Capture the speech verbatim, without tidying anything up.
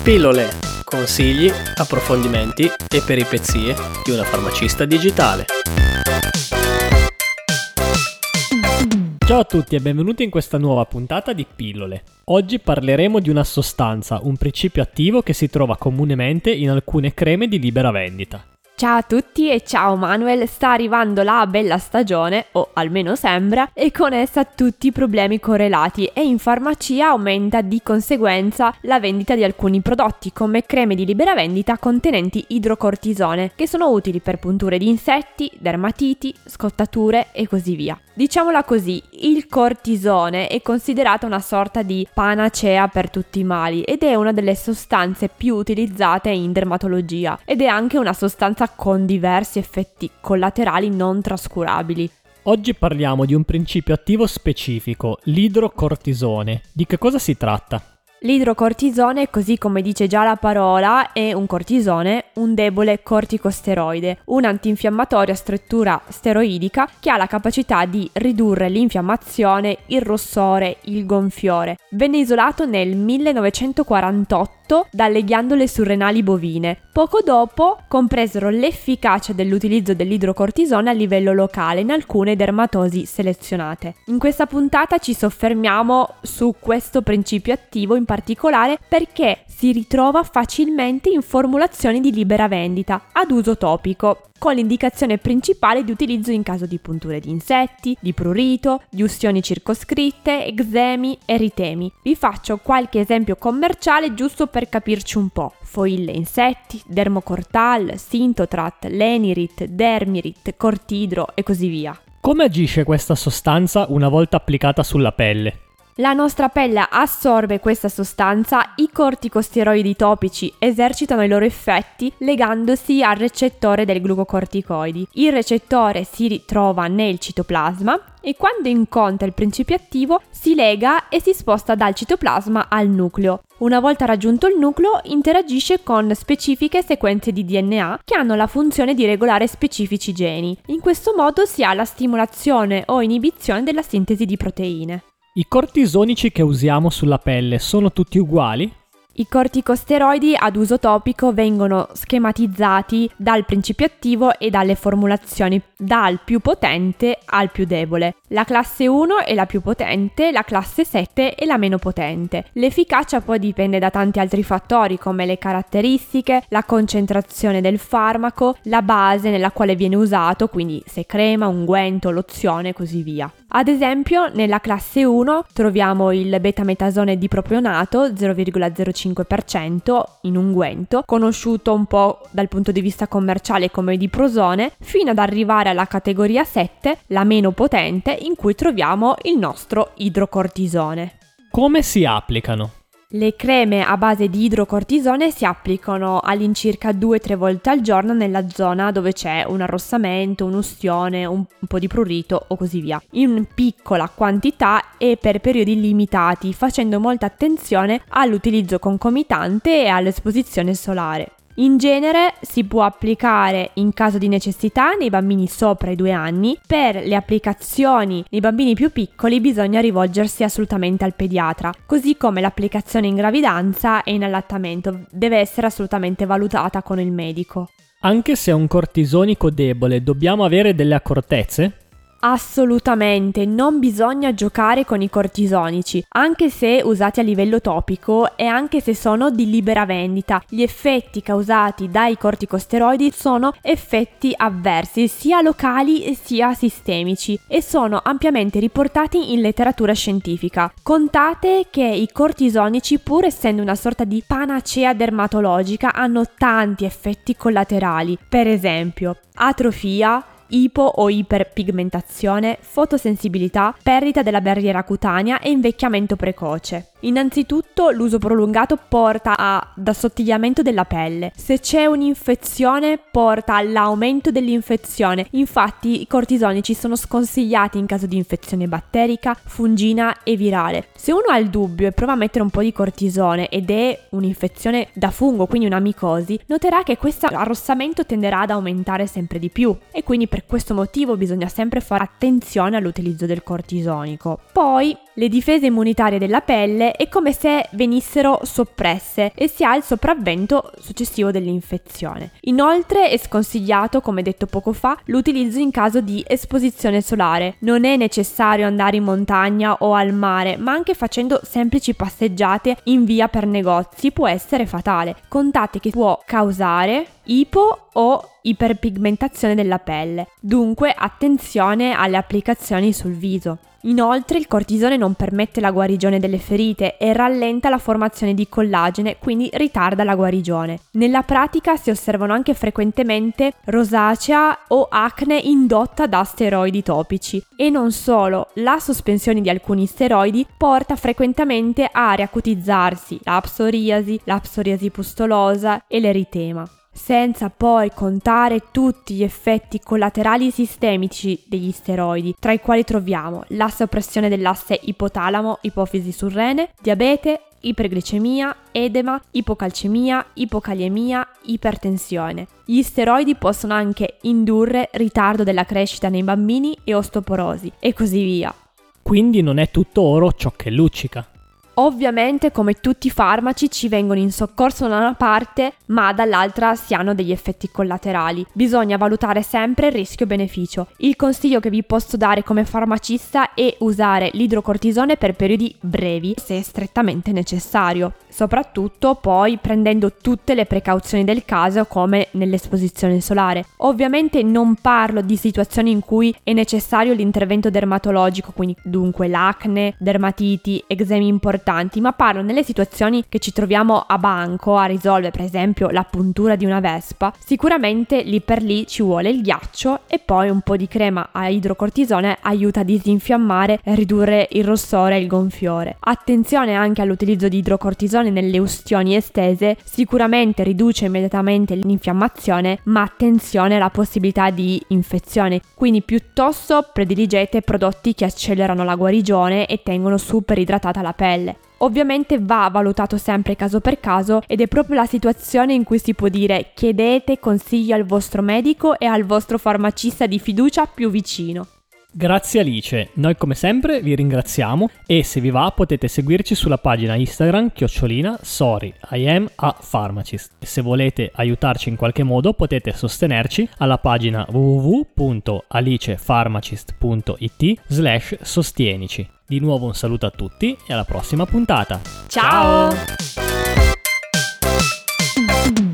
Pillole, consigli, approfondimenti e peripezie di una farmacista digitale. Ciao a tutti e benvenuti in questa nuova puntata di Pillole. Oggi parleremo di una sostanza, un principio attivo che si trova comunemente in alcune creme di libera vendita. Ciao a tutti e ciao Manuel, sta arrivando la bella stagione, o almeno sembra, e con essa tutti i problemi correlati e in farmacia aumenta di conseguenza la vendita di alcuni prodotti come creme di libera vendita contenenti idrocortisone, che sono utili per punture di insetti, dermatiti, scottature e così via. Diciamola così, il cortisone è considerato una sorta di panacea per tutti i mali ed è una delle sostanze più utilizzate in dermatologia ed è anche una sostanza con diversi effetti collaterali non trascurabili. Oggi parliamo di un principio attivo specifico, l'idrocortisone. Di che cosa si tratta? L'idrocortisone, così come dice già la parola, è un cortisone, un debole corticosteroide, un antinfiammatorio a struttura steroidica che ha la capacità di ridurre l'infiammazione, il rossore, il gonfiore. Venne isolato nel millenovecentoquarantotto dalle ghiandole surrenali bovine. Poco dopo compresero l'efficacia dell'utilizzo dell'idrocortisone a livello locale in alcune dermatosi selezionate. In questa puntata ci soffermiamo su questo principio attivo in particolare perché si ritrova facilmente in formulazioni di libera vendita ad uso topico, con l'indicazione principale di utilizzo in caso di punture di insetti, di prurito, di ustioni circoscritte, eczemi, eritemi. Vi faccio qualche esempio commerciale giusto per capirci un po'. Foille insetti, Dermocortal, Sintotrat, Lenirit, Dermirit, Cortidro e così via. Come agisce questa sostanza una volta applicata sulla pelle? La nostra pelle assorbe questa sostanza, i corticosteroidi topici esercitano i loro effetti legandosi al recettore del glucocorticoidi. Il recettore si ritrova nel citoplasma e quando incontra il principio attivo si lega e si sposta dal citoplasma al nucleo. Una volta raggiunto il nucleo interagisce con specifiche sequenze di D N A che hanno la funzione di regolare specifici geni. In questo modo si ha la stimolazione o inibizione della sintesi di proteine. I cortisonici che usiamo sulla pelle sono tutti uguali? I corticosteroidi ad uso topico vengono schematizzati dal principio attivo e dalle formulazioni dal più potente al più debole. La classe uno è la più potente, la classe sette è la meno potente. L'efficacia poi dipende da tanti altri fattori come le caratteristiche, la concentrazione del farmaco, la base nella quale viene usato, quindi se crema, unguento, lozione e così via. Ad esempio, nella classe uno troviamo il betametasone dipropionato zero virgola zero cinque per cento in unguento, conosciuto un po' dal punto di vista commerciale come diprosone, fino ad arrivare alla categoria sette, la meno potente, in cui troviamo il nostro idrocortisone. Come si applicano? Le creme a base di idrocortisone si applicano all'incirca due tre volte al giorno nella zona dove c'è un arrossamento, un'ustione, un, un po' di prurito o così via, in piccola quantità e per periodi limitati, facendo molta attenzione all'utilizzo concomitante e all'esposizione solare. In genere si può applicare in caso di necessità nei bambini sopra i due anni. Per le applicazioni nei bambini più piccoli bisogna rivolgersi assolutamente al pediatra, così come l'applicazione in gravidanza e in allattamento deve essere assolutamente valutata con il medico. Anche se è un cortisonico debole, dobbiamo avere delle accortezze? Assolutamente, non bisogna giocare con i cortisonici, anche se usati a livello topico e anche se sono di libera vendita. Gli effetti causati dai corticosteroidi sono effetti avversi, sia locali sia sistemici, e sono ampiamente riportati in letteratura scientifica. Contate che i cortisonici, pur essendo una sorta di panacea dermatologica, hanno tanti effetti collaterali, per esempio atrofia, ipo o iperpigmentazione, fotosensibilità, perdita della barriera cutanea e invecchiamento precoce. Innanzitutto l'uso prolungato porta ad assottigliamento della pelle. Se c'è un'infezione porta all'aumento dell'infezione. Infatti i cortisonici sono sconsigliati in caso di infezione batterica, fungina e virale. Se uno ha il dubbio e prova a mettere un po' di cortisone ed è un'infezione da fungo, quindi una micosi, noterà che questo arrossamento tenderà ad aumentare sempre di più e quindi per per questo motivo bisogna sempre fare attenzione all'utilizzo del cortisonico. Poi le difese immunitarie della pelle è come se venissero soppresse e si ha il sopravvento successivo dell'infezione. Inoltre è sconsigliato, come detto poco fa, l'utilizzo in caso di esposizione solare. Non è necessario andare in montagna o al mare, ma anche facendo semplici passeggiate in via per negozi può essere fatale. Contate che può causare ipo o iperpigmentazione della pelle. Dunque attenzione alle applicazioni sul viso. Inoltre il cortisone non permette la guarigione delle ferite e rallenta la formazione di collagene, quindi ritarda la guarigione. Nella pratica si osservano anche frequentemente rosacea o acne indotta da steroidi topici. E non solo, la sospensione di alcuni steroidi porta frequentemente a riacutizzarsi la psoriasi, la psoriasi pustulosa e l'eritema. Senza poi contare tutti gli effetti collaterali sistemici degli steroidi, tra i quali troviamo la soppressione dell'asse ipotalamo-ipofisi surrene, diabete, iperglicemia, edema, ipocalcemia, ipokaliemia, ipertensione. Gli steroidi possono anche indurre ritardo della crescita nei bambini e osteoporosi, e così via. Quindi non è tutto oro ciò che luccica. Ovviamente, come tutti i farmaci, ci vengono in soccorso da una parte, ma dall'altra si hanno degli effetti collaterali. Bisogna valutare sempre il rischio-beneficio. Il consiglio che vi posso dare come farmacista è usare l'idrocortisone per periodi brevi, se è strettamente necessario. Soprattutto poi prendendo tutte le precauzioni del caso, come nell'esposizione solare. Ovviamente non parlo di situazioni in cui è necessario l'intervento dermatologico, quindi dunque l'acne, dermatiti, eczemi importanti, ma parlo nelle situazioni che ci troviamo a banco a risolvere, per esempio la puntura di una vespa. Sicuramente lì per lì ci vuole il ghiaccio e poi un po' di crema a idrocortisone aiuta a disinfiammare e ridurre il rossore e il gonfiore. Attenzione anche all'utilizzo di idrocortisone nelle ustioni estese, sicuramente riduce immediatamente l'infiammazione, ma attenzione alla possibilità di infezione, quindi piuttosto prediligete prodotti che accelerano la guarigione e tengono super idratata la pelle. Ovviamente va valutato sempre caso per caso ed è proprio la situazione in cui si può dire chiedete consiglio al vostro medico e al vostro farmacista di fiducia più vicino. Grazie Alice, noi come sempre vi ringraziamo e se vi va potete seguirci sulla pagina Instagram chiocciolina sorry I am a pharmacist e se volete aiutarci in qualche modo potete sostenerci alla pagina w w w punto alicepharmacist punto i t slash sostienici. Di nuovo un saluto a tutti e alla prossima puntata. Ciao! Ciao!